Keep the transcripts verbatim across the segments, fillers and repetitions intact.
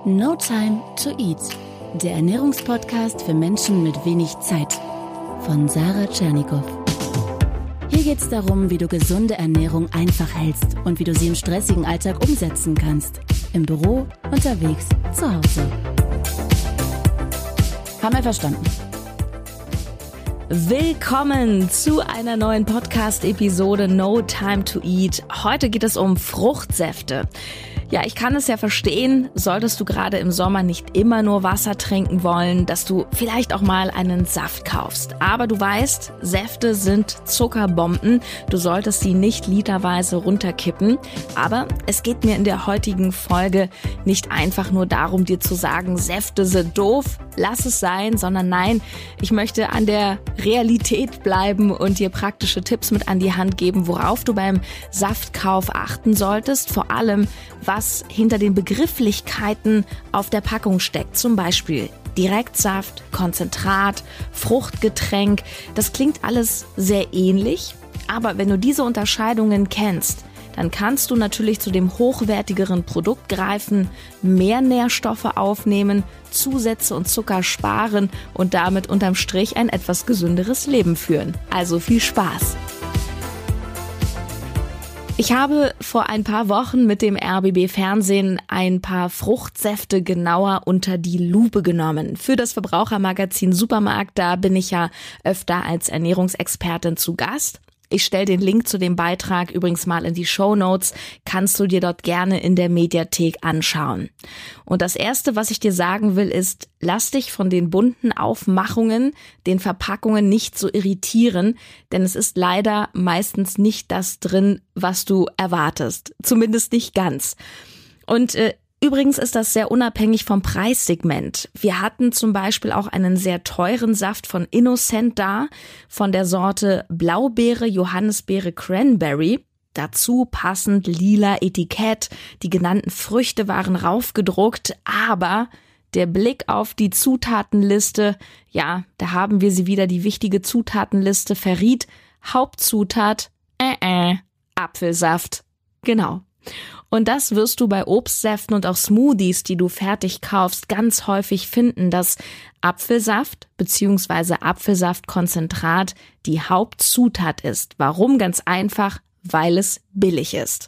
No Time to Eat, der Ernährungspodcast für Menschen mit wenig Zeit von Sarah Tschernikow. Hier geht's darum, wie du gesunde Ernährung einfach hältst und wie du sie im stressigen Alltag umsetzen kannst. Im Büro, unterwegs, zu Hause. Haben wir verstanden? Willkommen zu einer neuen Podcast-Episode No Time to Eat. Heute geht es um Fruchtsäfte. Ja, ich kann es ja verstehen, solltest du gerade im Sommer nicht immer nur Wasser trinken wollen, dass du vielleicht auch mal einen Saft kaufst. Aber du weißt, Säfte sind Zuckerbomben. Du solltest sie nicht literweise runterkippen. Aber es geht mir in der heutigen Folge nicht einfach nur darum, dir zu sagen, Säfte sind doof, lass es sein, sondern nein, ich möchte an der Realität bleiben und dir praktische Tipps mit an die Hand geben, worauf du beim Saftkauf achten solltest. Vor allem, was hinter den Begrifflichkeiten auf der Packung steckt. Zum Beispiel Direktsaft, Konzentrat, Fruchtgetränk. Das klingt alles sehr ähnlich, aber wenn du diese Unterscheidungen kennst, dann kannst du natürlich zu dem hochwertigeren Produkt greifen, mehr Nährstoffe aufnehmen, Zusätze und Zucker sparen und damit unterm Strich ein etwas gesünderes Leben führen. Also viel Spaß! Ich habe vor ein paar Wochen mit dem R B B Fernsehen ein paar Fruchtsäfte genauer unter die Lupe genommen. Für das Verbrauchermagazin Supermarkt, da bin ich ja öfter als Ernährungsexpertin zu Gast. Ich stelle den Link zu dem Beitrag übrigens mal in die Shownotes, kannst du dir dort gerne in der Mediathek anschauen. Und das Erste, was ich dir sagen will, ist, lass dich von den bunten Aufmachungen, den Verpackungen nicht so irritieren, denn es ist leider meistens nicht das drin, was du erwartest. Zumindest nicht ganz. Und äh, Übrigens ist das sehr unabhängig vom Preissegment. Wir hatten zum Beispiel auch einen sehr teuren Saft von Innocent da, von der Sorte Blaubeere, Johannisbeere, Cranberry. Dazu passend lila Etikett. Die genannten Früchte waren raufgedruckt, aber der Blick auf die Zutatenliste, ja, da haben wir sie wieder, die wichtige Zutatenliste verriet. Hauptzutat, äh, äh, Apfelsaft. Genau. Und das wirst du bei Obstsäften und auch Smoothies, die du fertig kaufst, ganz häufig finden, dass Apfelsaft bzw. Apfelsaftkonzentrat die Hauptzutat ist. Warum? Ganz einfach, weil es billig ist.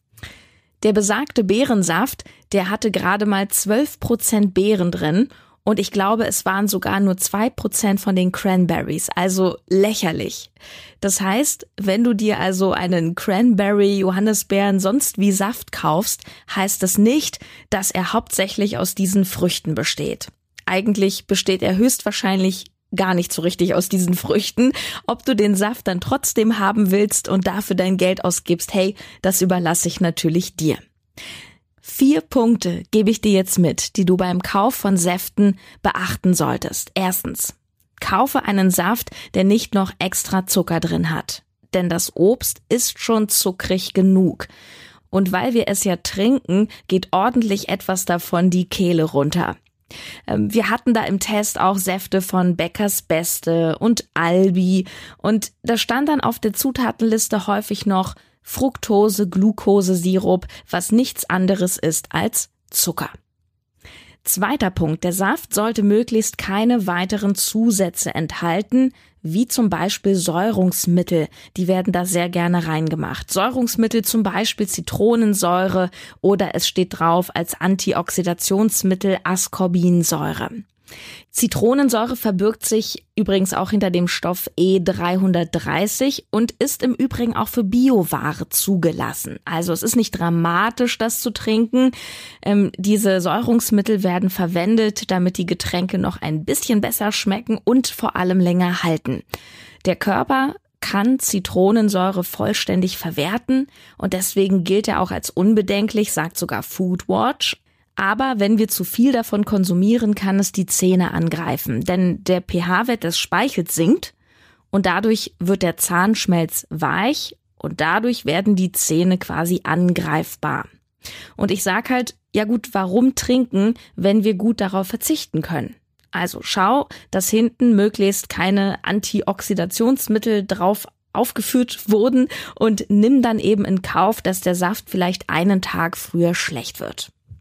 Der besagte Beerensaft, der hatte gerade mal zwölf Prozent Beeren drin. Und ich glaube, es waren sogar nur zwei Prozent von den Cranberries, also lächerlich. Das heißt, wenn du dir also einen Cranberry, Johannisbeeren, sonst wie Saft kaufst, heißt das nicht, dass er hauptsächlich aus diesen Früchten besteht. Eigentlich besteht er höchstwahrscheinlich gar nicht so richtig aus diesen Früchten. Ob du den Saft dann trotzdem haben willst und dafür dein Geld ausgibst, hey, das überlasse ich natürlich dir. Vier Punkte gebe ich dir jetzt mit, die du beim Kauf von Säften beachten solltest. Erstens, kaufe einen Saft, der nicht noch extra Zucker drin hat. Denn das Obst ist schon zuckrig genug. Und weil wir es ja trinken, geht ordentlich etwas davon die Kehle runter. Wir hatten da im Test auch Säfte von Bäckers Beste und Albi. Und da stand dann auf der Zutatenliste häufig noch Fructose, Glukosesirup, was nichts anderes ist als Zucker. Zweiter Punkt, der Saft sollte möglichst keine weiteren Zusätze enthalten, wie zum Beispiel Säurungsmittel, die werden da sehr gerne reingemacht. Säurungsmittel zum Beispiel Zitronensäure oder es steht drauf als Antioxidationsmittel Ascorbinsäure. Zitronensäure verbirgt sich übrigens auch hinter dem Stoff E dreihundertdreißig und ist im Übrigen auch für Bioware zugelassen. Also es ist nicht dramatisch, das zu trinken. Ähm, diese Säurungsmittel werden verwendet, damit die Getränke noch ein bisschen besser schmecken und vor allem länger halten. Der Körper kann Zitronensäure vollständig verwerten und deswegen gilt er auch als unbedenklich, sagt sogar Foodwatch. Aber wenn wir zu viel davon konsumieren, kann es die Zähne angreifen, denn der pH-Wert des Speichels sinkt und dadurch wird der Zahnschmelz weich und dadurch werden die Zähne quasi angreifbar. Und ich sag halt, ja gut, warum trinken, wenn wir gut darauf verzichten können? Also schau, dass hinten möglichst keine Antioxidationsmittel drauf aufgeführt wurden und nimm dann eben in Kauf, dass der Saft vielleicht einen Tag früher schlecht wird.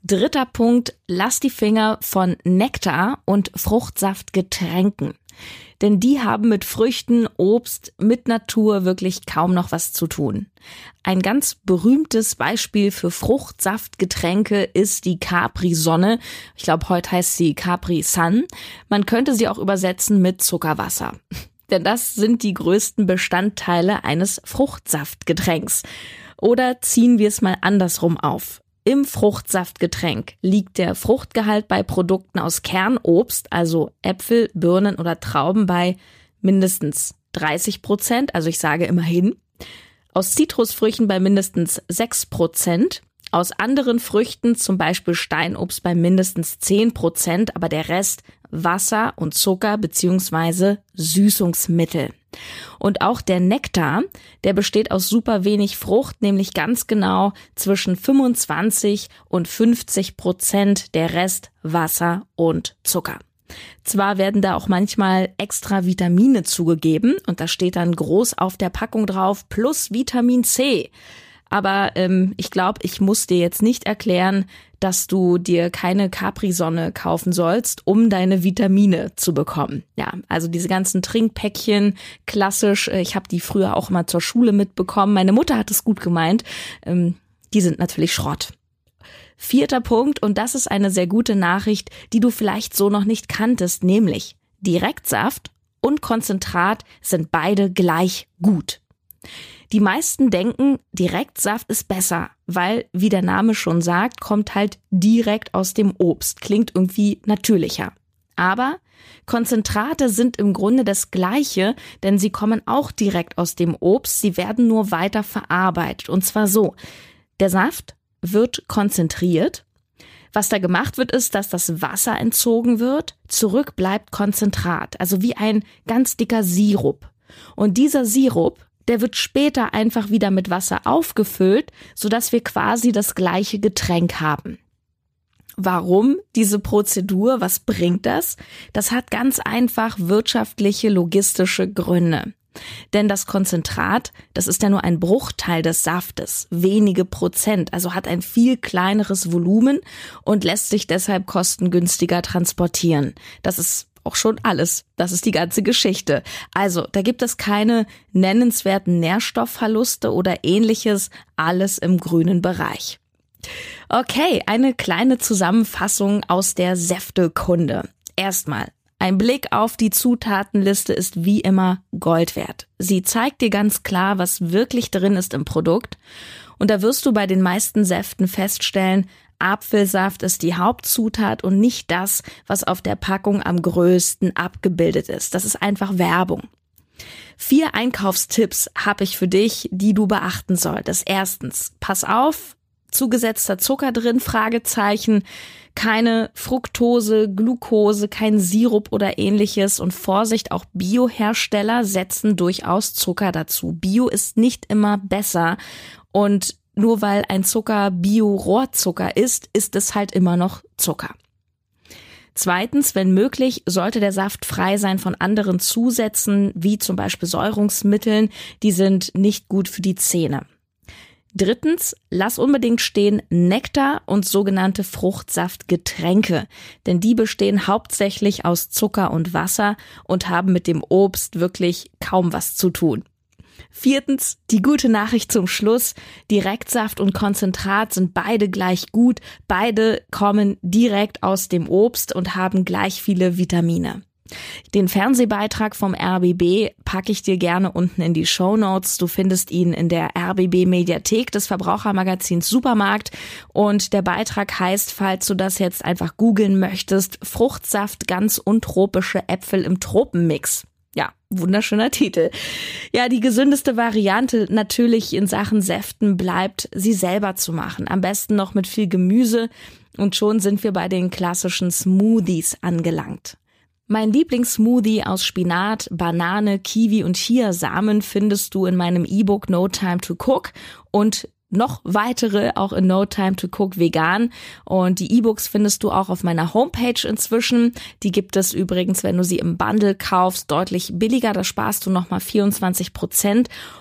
Dritter Punkt, lass die Finger von Nektar und Fruchtsaftgetränken. Denn die haben mit Früchten, Obst, mit Natur wirklich kaum noch was zu tun. Ein ganz berühmtes Beispiel für Fruchtsaftgetränke ist die Capri-Sonne. Ich glaube, heute heißt sie Capri-Sun. Man könnte sie auch übersetzen mit Zuckerwasser. Denn das sind die größten Bestandteile eines Fruchtsaftgetränks. Oder ziehen wir es mal andersrum auf. Im Fruchtsaftgetränk liegt der Fruchtgehalt bei Produkten aus Kernobst, also Äpfel, Birnen oder Trauben, bei mindestens dreißig Prozent, also ich sage immerhin. Aus Zitrusfrüchten bei mindestens sechs Prozent. Aus anderen Früchten, zum Beispiel Steinobst, bei mindestens zehn Prozent, aber der Rest Wasser und Zucker bzw. Süßungsmittel. Und auch der Nektar, der besteht aus super wenig Frucht, nämlich ganz genau zwischen fünfundzwanzig und fünfzig Prozent, der Rest Wasser und Zucker. Zwar werden da auch manchmal extra Vitamine zugegeben und da steht dann groß auf der Packung drauf plus Vitamin C. Aber ähm, ich glaube, ich muss dir jetzt nicht erklären, dass du dir keine Capri-Sonne kaufen sollst, um deine Vitamine zu bekommen. Ja, also diese ganzen Trinkpäckchen, klassisch, ich habe die früher auch immer zur Schule mitbekommen. Meine Mutter hat es gut gemeint, ähm, die sind natürlich Schrott. Vierter Punkt, und das ist eine sehr gute Nachricht, die du vielleicht so noch nicht kanntest, nämlich Direktsaft und Konzentrat sind beide gleich gut. Die meisten denken, Direktsaft ist besser, weil, wie der Name schon sagt, kommt halt direkt aus dem Obst. Klingt irgendwie natürlicher. Aber Konzentrate sind im Grunde das Gleiche, denn sie kommen auch direkt aus dem Obst. Sie werden nur weiter verarbeitet. Und zwar so: Der Saft wird konzentriert. Was da gemacht wird, ist, dass das Wasser entzogen wird. Zurück bleibt Konzentrat, also wie ein ganz dicker Sirup. Und dieser Sirup, der wird später einfach wieder mit Wasser aufgefüllt, sodass wir quasi das gleiche Getränk haben. Warum diese Prozedur? Was bringt das? Das hat ganz einfach wirtschaftliche, logistische Gründe. Denn das Konzentrat, das ist ja nur ein Bruchteil des Saftes, wenige Prozent, also hat ein viel kleineres Volumen und lässt sich deshalb kostengünstiger transportieren. Das ist auch schon alles. Das ist die ganze Geschichte. Also, da gibt es keine nennenswerten Nährstoffverluste oder ähnliches, alles im grünen Bereich. Okay, eine kleine Zusammenfassung aus der Säftekunde. Erstmal, ein Blick auf die Zutatenliste ist wie immer Gold wert. Sie zeigt dir ganz klar, was wirklich drin ist im Produkt. Und da wirst du bei den meisten Säften feststellen, Apfelsaft ist die Hauptzutat und nicht das, was auf der Packung am größten abgebildet ist. Das ist einfach Werbung. Vier Einkaufstipps habe ich für dich, die du beachten solltest. Erstens, pass auf, zugesetzter Zucker drin, Fragezeichen, keine Fructose, Glucose, kein Sirup oder ähnliches und Vorsicht, auch Biohersteller setzen durchaus Zucker dazu. Bio ist nicht immer besser und nur weil ein Zucker Bio-Rohrzucker ist, ist es halt immer noch Zucker. Zweitens, wenn möglich, sollte der Saft frei sein von anderen Zusätzen, wie zum Beispiel Säurungsmitteln, die sind nicht gut für die Zähne. Drittens, lass unbedingt stehen Nektar und sogenannte Fruchtsaftgetränke, denn die bestehen hauptsächlich aus Zucker und Wasser und haben mit dem Obst wirklich kaum was zu tun. Viertens, die gute Nachricht zum Schluss: Direktsaft und Konzentrat sind beide gleich gut, beide kommen direkt aus dem Obst und haben gleich viele Vitamine. Den Fernsehbeitrag vom R B B packe ich dir gerne unten in die Shownotes. Du findest ihn in der R B B-Mediathek des Verbrauchermagazins Supermarkt. Und der Beitrag heißt, falls du das jetzt einfach googeln möchtest, Fruchtsaft ganz untropische Äpfel im Tropenmix. Ja, wunderschöner Titel. Ja, die gesündeste Variante natürlich in Sachen Säften bleibt, sie selber zu machen. Am besten noch mit viel Gemüse und schon sind wir bei den klassischen Smoothies angelangt. Mein Lieblingssmoothie aus Spinat, Banane, Kiwi und Chiasamen findest du in meinem E-Book No Time to Cook und noch weitere auch in No Time to Cook vegan. Und die E-Books findest du auch auf meiner Homepage inzwischen. Die gibt es übrigens, wenn du sie im Bundle kaufst, deutlich billiger. Da sparst du nochmal vierundzwanzig Prozent.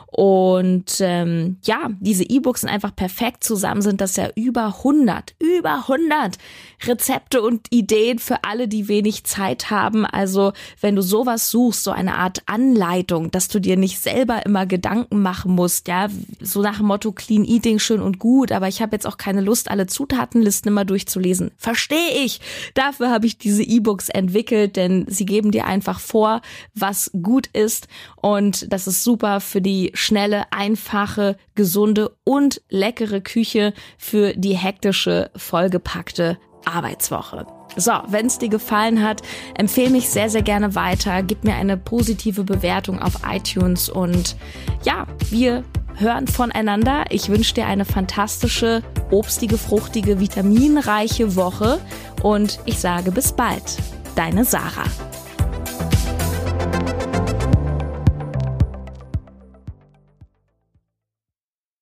Und ähm, ja, diese E-Books sind einfach perfekt. Zusammen sind das ja über hundert, über hundert Rezepte und Ideen für alle, die wenig Zeit haben. Also wenn du sowas suchst, so eine Art Anleitung, dass du dir nicht selber immer Gedanken machen musst, ja, so nach dem Motto Clean Eating schön und gut, aber ich habe jetzt auch keine Lust, alle Zutatenlisten immer durchzulesen. Verstehe ich. Dafür habe ich diese E-Books entwickelt, denn sie geben dir einfach vor, was gut ist, und das ist super für die schnelle, einfache, gesunde und leckere Küche für die hektische, vollgepackte Arbeitswoche. So, wenn es dir gefallen hat, empfehle mich sehr, sehr gerne weiter. Gib mir eine positive Bewertung auf iTunes und ja, wir hören voneinander. Ich wünsche dir eine fantastische, obstige, fruchtige, vitaminreiche Woche und ich sage bis bald. Deine Sarah.